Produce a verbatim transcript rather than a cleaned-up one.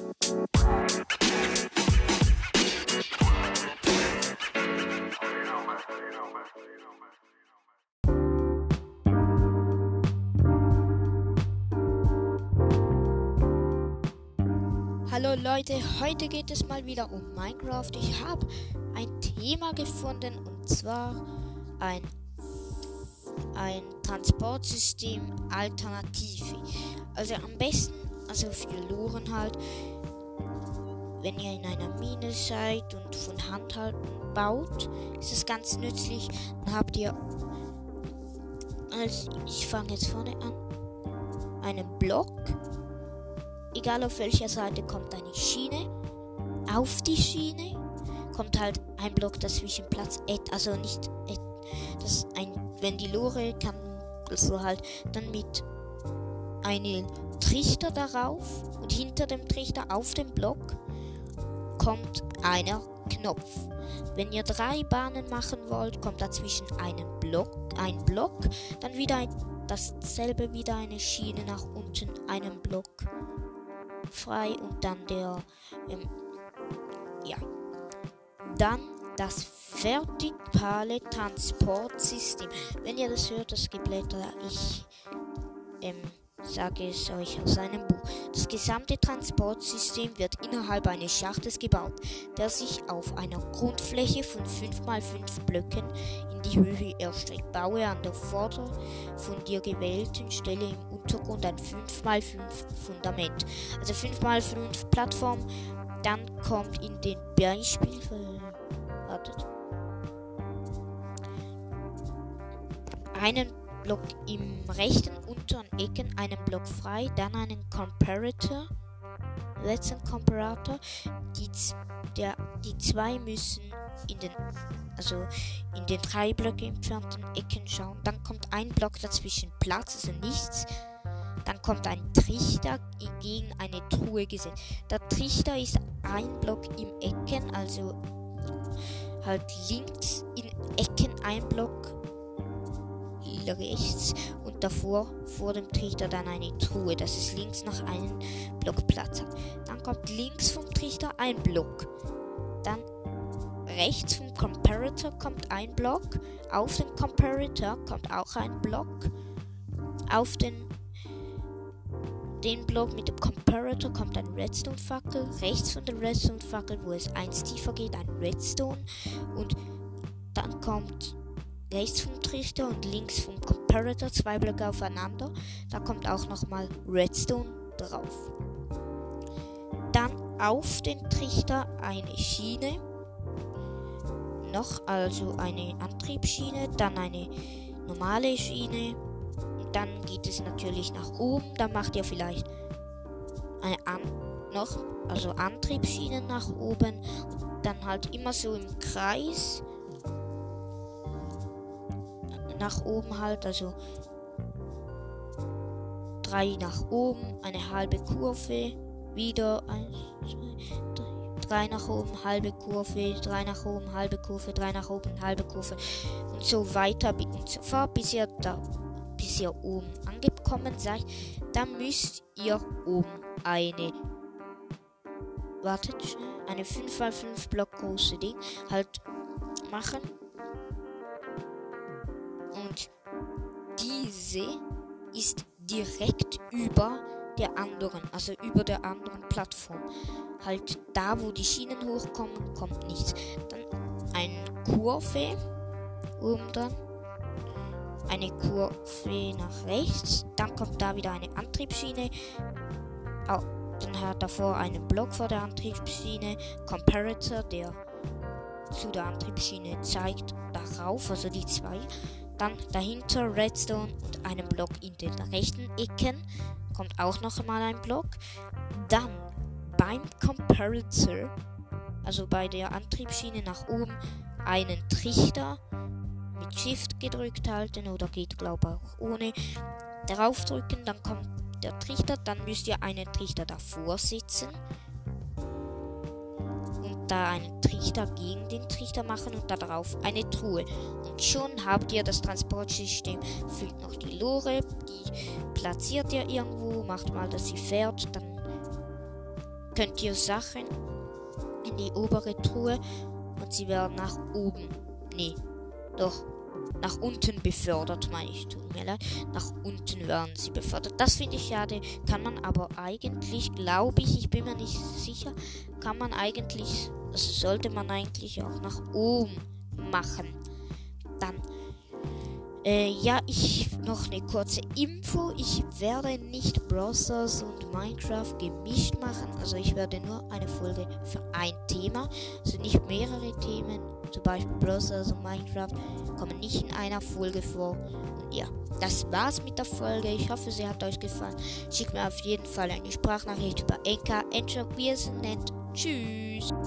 Hallo Leute, heute geht es mal wieder um Minecraft. Ich habe ein Thema gefunden und zwar ein, ein Transportsystem Alternative. Also am besten, also für Loren halt, wenn ihr in einer Mine seid und von Hand halten baut, ist es ganz nützlich. Dann habt ihr, also ich fange jetzt vorne an, einen Block. Egal auf welcher Seite kommt eine Schiene, auf die Schiene kommt halt ein Block dazwischen Platz, also nicht, das ein, wenn die Lore kann, also halt dann mit einem Trichter darauf und hinter dem Trichter auf dem Block kommt einer Knopf. Wenn ihr drei Bahnen machen wollt, kommt dazwischen einen Block, ein Block, dann wieder ein, dasselbe wieder eine Schiene nach unten, einen Block frei und dann der ähm, ja dann das vertikale Transportsystem. Wenn ihr das hört, das Geblätter, ich ähm, sage es euch aus einem Buch. Das gesamte Transportsystem wird innerhalb eines Schachtes gebaut, der sich auf einer Grundfläche von fünf mal fünf Blöcken in die Höhe erstreckt. Baue an der vorder von dir gewählten Stelle im Untergrund ein fünf mal fünf Fundament. Also fünf mal fünf Plattform. Dann kommt in den Beispiel... Äh, wartet. Einen Block im rechten unteren Ecken, einen Block frei, dann einen Comparator, letzten Comparator. Die, der, die zwei müssen in den, also in den drei Blöcke entfernten Ecken schauen. Dann kommt ein Block dazwischen Platz, also nichts. Dann kommt ein Trichter gegen eine Truhe gesetzt. Der Trichter ist ein Block im Ecken, also halt links in Ecken ein Block rechts und davor vor dem Trichter dann eine Truhe, dass es links noch einen Block Platz hat. Dann kommt links vom Trichter ein Block. Dann rechts vom Comparator kommt ein Block. Auf den Comparator kommt auch ein Block. Auf den den Block mit dem Comparator kommt ein Redstone-Fackel. Rechts von der Redstone-Fackel, wo es eins tiefer geht, ein Redstone. Und dann kommt rechts vom Trichter und links vom Comparator zwei Blöcke aufeinander. Da kommt auch nochmal Redstone drauf. Dann auf den Trichter eine Schiene. Noch also eine Antriebsschiene, dann eine normale Schiene. Und dann geht es natürlich nach oben. Da macht ihr vielleicht eine An noch, also Antriebsschienen nach oben. Und dann halt immer so im Kreis. Nach oben halt, also drei nach oben, eine halbe Kurve, wieder eins, zwei, drei, drei nach oben, halbe Kurve, drei nach oben, halbe Kurve, drei nach oben, halbe Kurve und so weiter und so fort, bis ihr da, bis ihr oben angekommen seid. Dann müsst ihr oben eine, wartet schnell, eine fünf mal fünf Block große Ding halt machen. Und diese ist direkt über der anderen, also über der anderen Plattform. Halt da, wo die Schienen hochkommen, kommt nichts. Dann eine Kurve, oben dann eine Kurve nach rechts. Dann kommt da wieder eine Antriebsschiene. Oh, dann hat davor einen Block vor der Antriebsschiene, Comparator, der zu der Antriebsschiene zeigt, darauf, also die zwei. Dann dahinter Redstone und einen Block in den rechten Ecken. Kommt auch noch einmal ein Block. Dann beim Comparator, also bei der Antriebsschiene nach oben, einen Trichter mit Shift gedrückt halten oder geht glaube auch ohne. Draufdrücken, dann kommt der Trichter. Dann müsst ihr einen Trichter davor sitzen. Da einen Trichter gegen den Trichter machen und darauf eine Truhe. Und schon habt ihr das Transportsystem. Füllt noch die Lore, die platziert ihr irgendwo, macht mal, dass sie fährt, dann könnt ihr Sachen in die obere Truhe und sie werden nach oben, nee, doch, nach unten befördert, meine ich, tut mir leid. Nach unten werden sie befördert. Das finde ich schade, kann man aber eigentlich, glaube ich, ich bin mir nicht sicher, kann man eigentlich, also sollte man eigentlich auch nach oben machen. Dann, äh, ja, ich, noch eine kurze Info, ich werde nicht Brawl Stars und Minecraft gemischt machen, also ich werde nur eine Folge für ein Thema, also nicht mehrere Themen, zum Beispiel Brawl Stars und Minecraft kommen nicht in einer Folge vor. Und ja, das war's mit der Folge. Ich hoffe, sie hat euch gefallen. Schickt mir auf jeden Fall eine Sprachnachricht über Anchor. Enjoy, wie es nennt. Tschüss.